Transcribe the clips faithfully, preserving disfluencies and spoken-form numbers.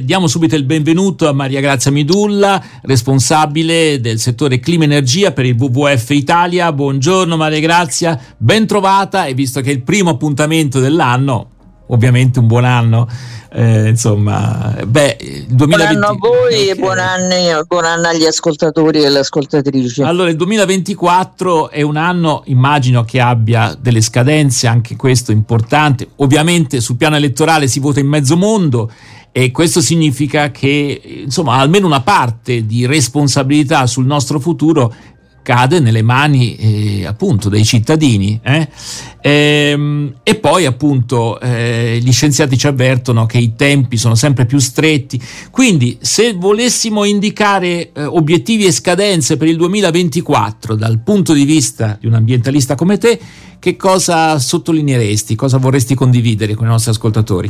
diamo subito il benvenuto a Maria Grazia Midulla, responsabile del settore Clima Energia per il W W F Italia. Buongiorno Maria Grazia, ben trovata, e visto che è il primo appuntamento dell'anno, ovviamente un buon anno, eh, insomma, beh, il duemilaventi... buon anno a voi okay. e buon anno, buon anno agli ascoltatori e alle ascoltatrici. Allora, il duemilaventiquattro è un anno, immagino, che abbia delle scadenze, anche questo importante. Ovviamente sul piano elettorale si vota in mezzo mondo, e questo significa che, insomma, almeno una parte di responsabilità sul nostro futuro cade nelle mani eh, appunto dei cittadini, eh? Ehm, e poi appunto eh, gli scienziati ci avvertono che i tempi sono sempre più stretti, quindi se volessimo indicare eh, obiettivi e scadenze per il duemilaventiquattro dal punto di vista di un ambientalista come te, che cosa sottolineeresti, cosa vorresti condividere con i nostri ascoltatori?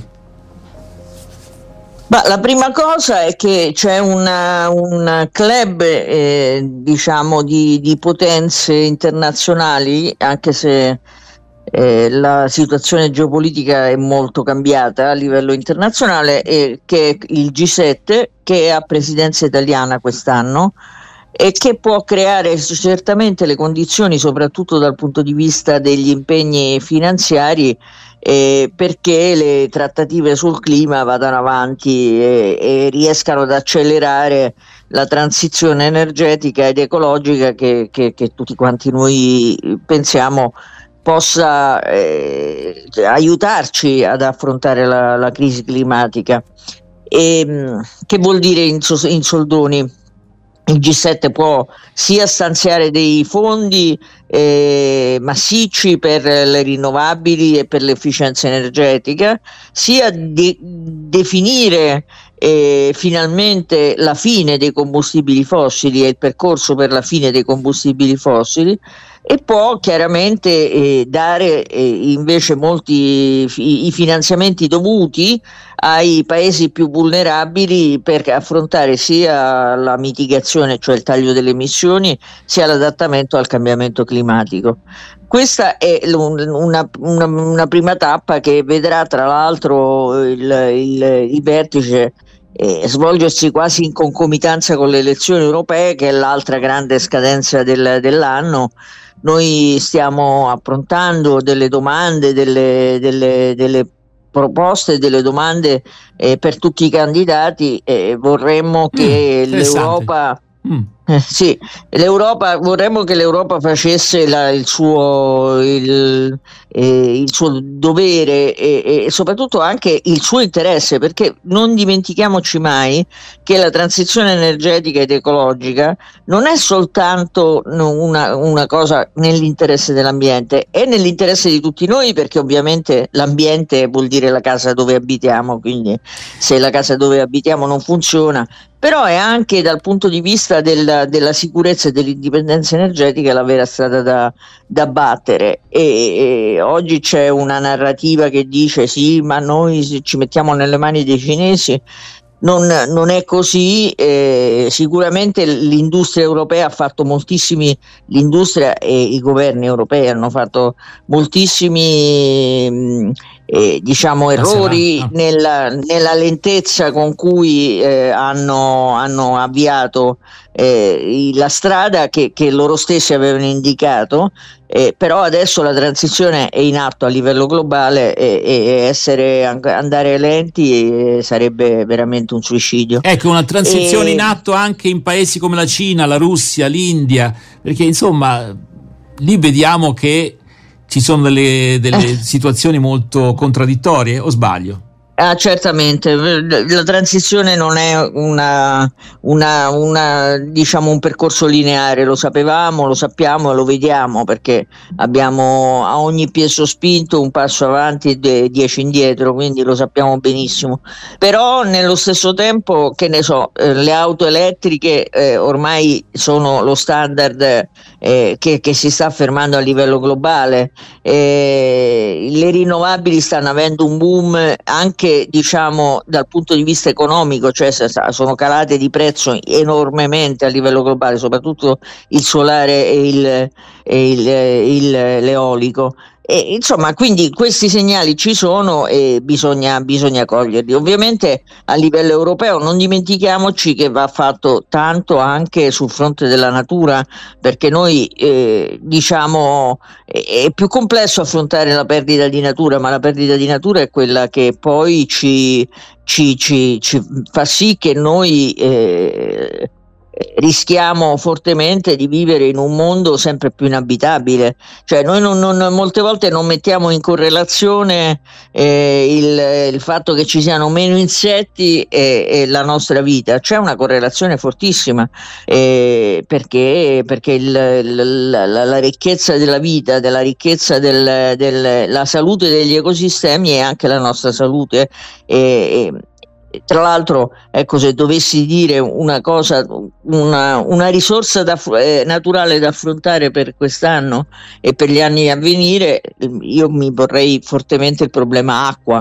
Ma la prima cosa è che c'è una, un club eh, diciamo di, di potenze internazionali, anche se eh, la situazione geopolitica è molto cambiata a livello internazionale, e che è il G sette, che ha presidenza italiana quest'anno e che può creare certamente le condizioni, soprattutto dal punto di vista degli impegni finanziari, Eh, perché le trattative sul clima vadano avanti e, e riescano ad accelerare la transizione energetica ed ecologica che, che, che tutti quanti noi pensiamo possa eh, aiutarci ad affrontare la, la crisi climatica. E, che vuol dire in, in soldoni? Il G sette può sia stanziare dei fondi eh, massicci per le rinnovabili e per l'efficienza energetica, sia di definire eh, finalmente la fine dei combustibili fossili e il percorso per la fine dei combustibili fossili, e può chiaramente eh, dare eh, invece molti i, i finanziamenti dovuti ai paesi più vulnerabili per affrontare sia la mitigazione, cioè il taglio delle emissioni, sia l'adattamento al cambiamento climatico. Questa è una, una, una prima tappa che vedrà tra l'altro il, il, il vertice eh, svolgersi quasi in concomitanza con le elezioni europee, che è l'altra grande scadenza del, dell'anno. Noi stiamo approntando delle domande, delle, delle, delle proposte, delle domande eh, per tutti i candidati, e vorremmo che mm, l'Europa mm. Eh, sì, l'Europa, vorremmo che l'Europa facesse la, il, suo, il, eh, il suo dovere e, e soprattutto anche il suo interesse, perché non dimentichiamoci mai che la transizione energetica ed ecologica non è soltanto una, una cosa nell'interesse dell'ambiente, è nell'interesse di tutti noi, perché ovviamente l'ambiente vuol dire la casa dove abitiamo, quindi se la casa dove abitiamo non funziona, però è anche dal punto di vista del, della sicurezza e dell'indipendenza energetica la vera strada da, da battere. E, e oggi c'è una narrativa che dice sì, ma noi ci mettiamo nelle mani dei cinesi. Non, non è così, eh, sicuramente l'industria europea ha fatto moltissimi, l'industria e i governi europei hanno fatto moltissimi mh, eh, diciamo errori no. nella, nella lentezza con cui eh, hanno, hanno avviato eh, la strada che, che loro stessi avevano indicato. Eh, però adesso la transizione è in atto a livello globale e, e essere, andare lenti eh, sarebbe veramente un suicidio. Ecco, una transizione e... in atto anche in paesi come la Cina, la Russia, l'India, perché insomma lì vediamo che ci sono delle, delle eh. situazioni molto contraddittorie, o sbaglio? Ah, certamente, la transizione non è una, una, una, diciamo un percorso lineare, lo sapevamo, lo sappiamo e lo vediamo, perché abbiamo a ogni piede spinto un passo avanti e dieci indietro, quindi lo sappiamo benissimo. Però nello stesso tempo, che ne so, eh, le auto elettriche eh, ormai sono lo standard eh, che, che si sta affermando a livello globale, eh, le rinnovabili stanno avendo un boom anche diciamo dal punto di vista economico, cioè sono calate di prezzo enormemente a livello globale, soprattutto il solare e il, e il, il, l'eolico, E, insomma, quindi questi segnali ci sono e bisogna, bisogna coglierli. Ovviamente a livello europeo non dimentichiamoci che va fatto tanto anche sul fronte della natura, perché noi eh, diciamo è, è più complesso affrontare la perdita di natura, ma la perdita di natura è quella che poi ci, ci, ci, ci fa sì che noi eh, rischiamo fortemente di vivere in un mondo sempre più inabitabile. Cioè noi non, non, molte volte non mettiamo in correlazione eh, il, il fatto che ci siano meno insetti e, e la nostra vita. C'è una correlazione fortissima eh, perché, perché il, la, la, la ricchezza della vita, della ricchezza del, del, la salute degli ecosistemi è anche la nostra salute. E, tra l'altro, ecco, se dovessi dire una cosa, una, una risorsa da, eh, naturale da affrontare per quest'anno e per gli anni a venire, io mi porrei fortemente il problema acqua.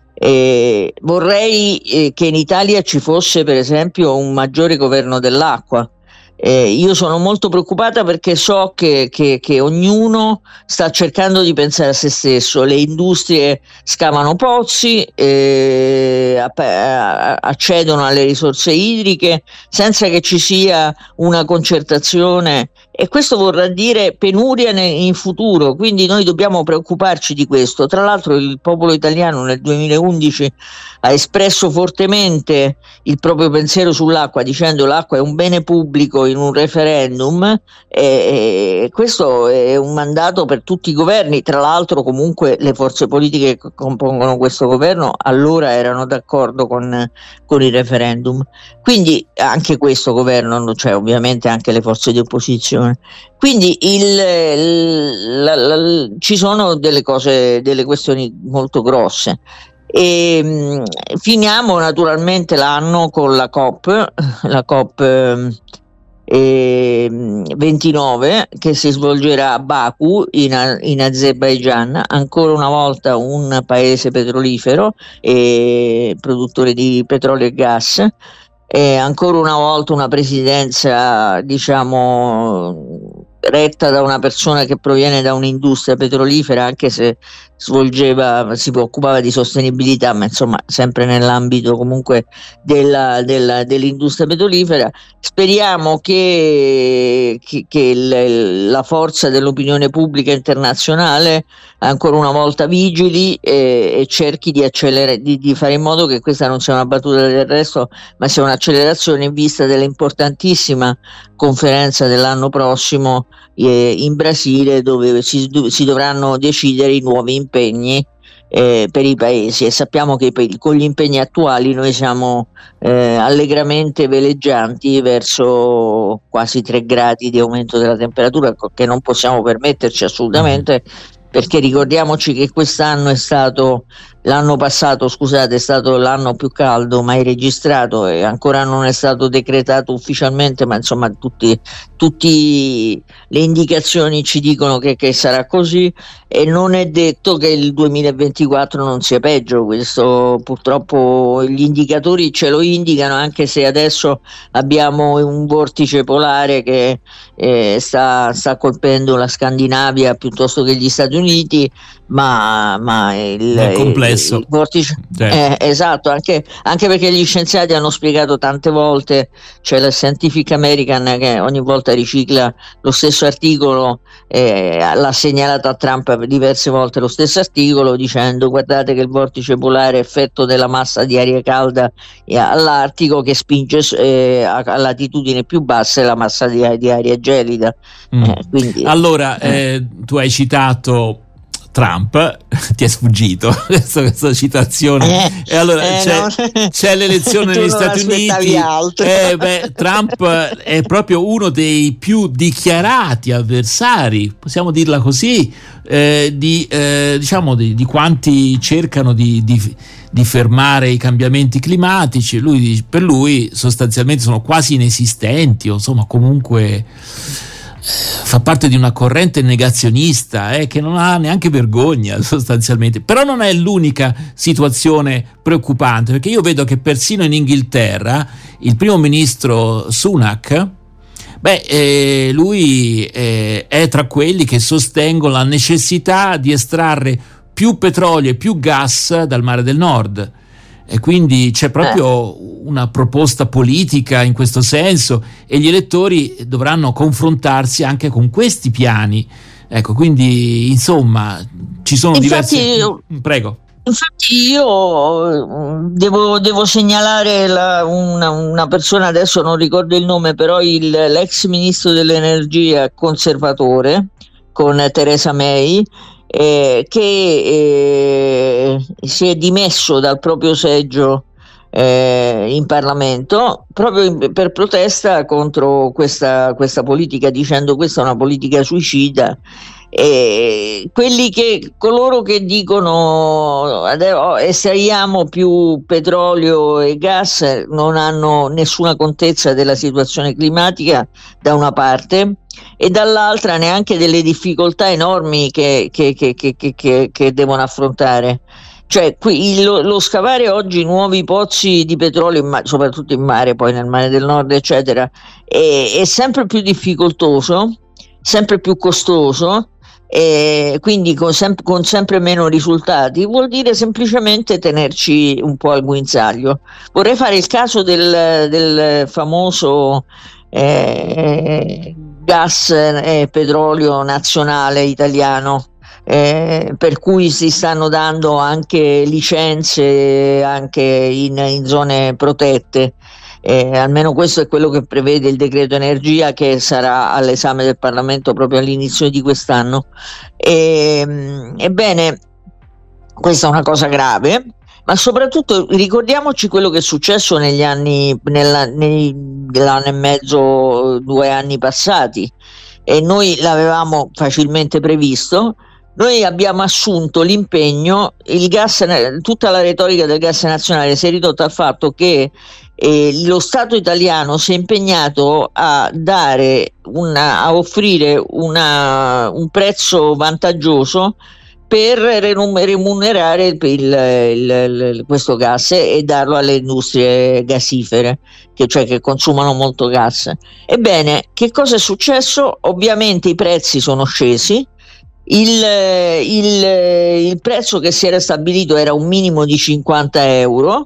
Eh, vorrei eh, che in Italia ci fosse per esempio un maggiore governo dell'acqua. Eh, io sono molto preoccupata perché so che, che, che ognuno sta cercando di pensare a se stesso. Le industrie scavano pozzi, eh, accedono alle risorse idriche senza che ci sia una concertazione, e questo vorrà dire penuria in futuro, quindi noi dobbiamo preoccuparci di questo. Tra l'altro il popolo italiano nel duemilaundici ha espresso fortemente il proprio pensiero sull'acqua, dicendo l'acqua è un bene pubblico in un referendum, e, e questo è un mandato per tutti i governi. Tra l'altro comunque le forze politiche che compongono questo governo allora erano d'accordo con, con il referendum, quindi anche questo governo, cioè ovviamente anche le forze di opposizione. Quindi il, la, la, ci sono delle cose, delle questioni molto grosse. E mh, finiamo naturalmente l'anno con la COP, la COP eh, ventinove, che si svolgerà a Baku in, in Azerbaigian, ancora una volta un paese petrolifero e produttore di petrolio e gas. E ancora una volta una presidenza, diciamo, retta da una persona che proviene da un'industria petrolifera, anche se svolgeva, si preoccupava di sostenibilità, ma insomma sempre nell'ambito comunque della, della, dell'industria petrolifera. Speriamo che, che, che il, la forza dell'opinione pubblica internazionale ancora una volta vigili e, e cerchi di accelerare, di, di fare in modo che questa non sia una battuta d'arresto, ma sia un'accelerazione in vista dell'importantissima conferenza dell'anno prossimo eh, in Brasile, dove si, si dovranno decidere i nuovi impegni eh, per i paesi, e sappiamo che per, con gli impegni attuali noi siamo eh, allegramente veleggianti verso quasi tre gradi di aumento della temperatura, che non possiamo permetterci assolutamente, perché ricordiamoci che quest'anno è stato, l'anno passato scusate, è stato l'anno più caldo mai registrato, e ancora non è stato decretato ufficialmente, ma insomma tutti, tutti le indicazioni ci dicono che, che sarà così, e non è detto che il duemilaventiquattro non sia peggio. Questo purtroppo gli indicatori ce lo indicano, anche se adesso abbiamo un vortice polare che eh, sta, sta colpendo la Scandinavia piuttosto che gli Stati Uniti, ma, ma il, è complesso. il vortice, certo. eh, esatto, anche, anche perché gli scienziati hanno spiegato tante volte, c'è la Scientific American che ogni volta ricicla lo stesso articolo, eh, l'ha segnalato a Trump diverse volte lo stesso articolo, dicendo: guardate che il vortice polare è effetto della massa di aria calda all'Artico che spinge eh, a, a latitudini più basse la massa di, di aria gelida. Mm. Eh, quindi, allora eh, tu hai citato Trump, ti è sfuggito questa, questa citazione, eh, e allora eh, c'è, no. c'è l'elezione negli Stati Uniti, eh, beh, Trump è proprio uno dei più dichiarati avversari, possiamo dirla così, eh, di, eh, diciamo di, di quanti cercano di, di, di fermare i cambiamenti climatici. Lui, per lui sostanzialmente sono quasi inesistenti, o insomma comunque fa parte di una corrente negazionista eh, che non ha neanche vergogna sostanzialmente. Però non è l'unica situazione preoccupante, perché io vedo che persino in Inghilterra il primo ministro Sunak Beh, eh, lui eh, è tra quelli che sostengono la necessità di estrarre più petrolio e più gas dal Mare del Nord. E quindi c'è proprio eh. una proposta politica in questo senso, e gli elettori dovranno confrontarsi anche con questi piani. Ecco, quindi insomma ci sono Infatti, diverse... io, Prego. Infatti io devo, devo segnalare la, una, una persona, adesso non ricordo il nome, però il, l'ex ministro dell'energia conservatore con Theresa May, Eh, che eh, si è dimesso dal proprio seggio eh, in Parlamento proprio in, per protesta contro questa, questa politica, dicendo questa è una politica suicida. E quelli che coloro che dicono estraiamo più petrolio e gas non hanno nessuna contezza della situazione climatica da una parte, e dall'altra neanche delle difficoltà enormi che, che, che, che, che, che devono affrontare. Cioè qui lo, lo scavare oggi nuovi pozzi di petrolio in ma- soprattutto in mare, poi nel Mare del Nord eccetera, è, è sempre più difficoltoso, sempre più costoso, e quindi con, sem- con sempre meno risultati. Vuol dire semplicemente tenerci un po' al guinzaglio. Vorrei fare il caso del, del famoso eh, gas e petrolio nazionale italiano, eh, per cui si stanno dando anche licenze anche in, in zone protette. Eh, almeno questo è quello che prevede il decreto energia, che sarà all'esame del Parlamento proprio all'inizio di quest'anno. E, ebbene, questa è una cosa grave, ma soprattutto ricordiamoci quello che è successo negli anni, nella, nell'anno e mezzo, due anni passati, e noi l'avevamo facilmente previsto. Noi abbiamo assunto l'impegno, il gas, tutta la retorica del gas nazionale si è ridotta al fatto che eh, lo Stato italiano si è impegnato a dare una, a offrire una, un prezzo vantaggioso per remunerare il, il, il, questo gas e darlo alle industrie gasifere, che, cioè che consumano molto gas. Ebbene, che cosa è successo? Ovviamente i prezzi sono scesi. Il, il, il prezzo che si era stabilito era un minimo di cinquanta euro,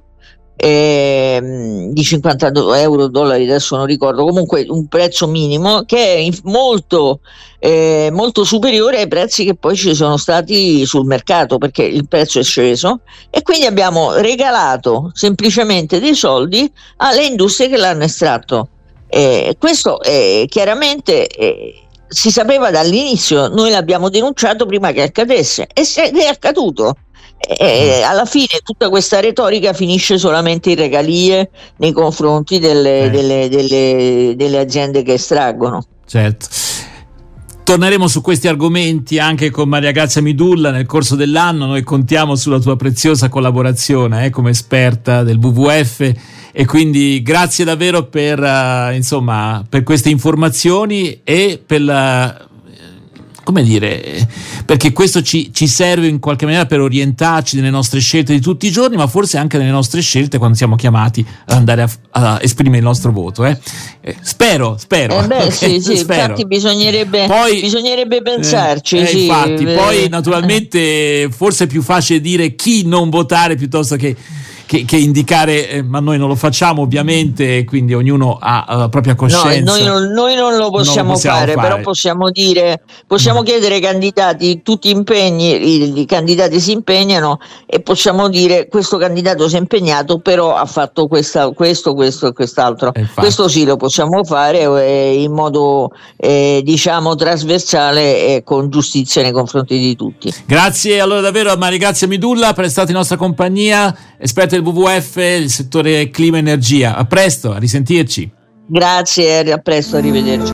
eh, di cinquanta euro, dollari, adesso non ricordo, comunque un prezzo minimo che è molto, eh, molto superiore ai prezzi che poi ci sono stati sul mercato, perché il prezzo è sceso, e quindi abbiamo regalato semplicemente dei soldi alle industrie che l'hanno estratto. Eh, questo è chiaramente... Eh, si sapeva dall'inizio, noi l'abbiamo denunciato prima che accadesse, e è accaduto. E alla fine tutta questa retorica finisce solamente in regalie nei confronti delle, eh. delle, delle, delle aziende che estraggono. Certo. Torneremo su questi argomenti anche con Maria Grazia Midulla nel corso dell'anno. Noi contiamo sulla tua preziosa collaborazione eh, come esperta del W W F, e quindi grazie davvero per uh, insomma per queste informazioni e per la, come dire, perché questo ci, ci serve in qualche maniera per orientarci nelle nostre scelte di tutti i giorni, ma forse anche nelle nostre scelte quando siamo chiamati ad andare a, a esprimere il nostro voto. Eh. Eh, spero, spero. Eh beh, okay, sì, sì, spero. Infatti bisognerebbe, poi, bisognerebbe pensarci. Eh, sì, infatti, eh, poi naturalmente forse è più facile dire chi non votare piuttosto che Che, che indicare, eh, ma noi non lo facciamo ovviamente, quindi ognuno ha la propria coscienza. No, noi, non, noi non lo possiamo, non lo possiamo fare, fare, però possiamo dire, possiamo no. chiedere ai candidati, tutti impegni, i, i candidati si impegnano, e possiamo dire questo candidato si è impegnato, però ha fatto questa, questo, questo e quest'altro. Questo sì lo possiamo fare eh, in modo eh, diciamo trasversale e con giustizia nei confronti di tutti. Grazie allora davvero a Maria Grazia Midulla per essere stata in nostra compagnia, esperta del W W F, il settore clima e energia. A presto, a risentirci. Grazie, a presto, arrivederci.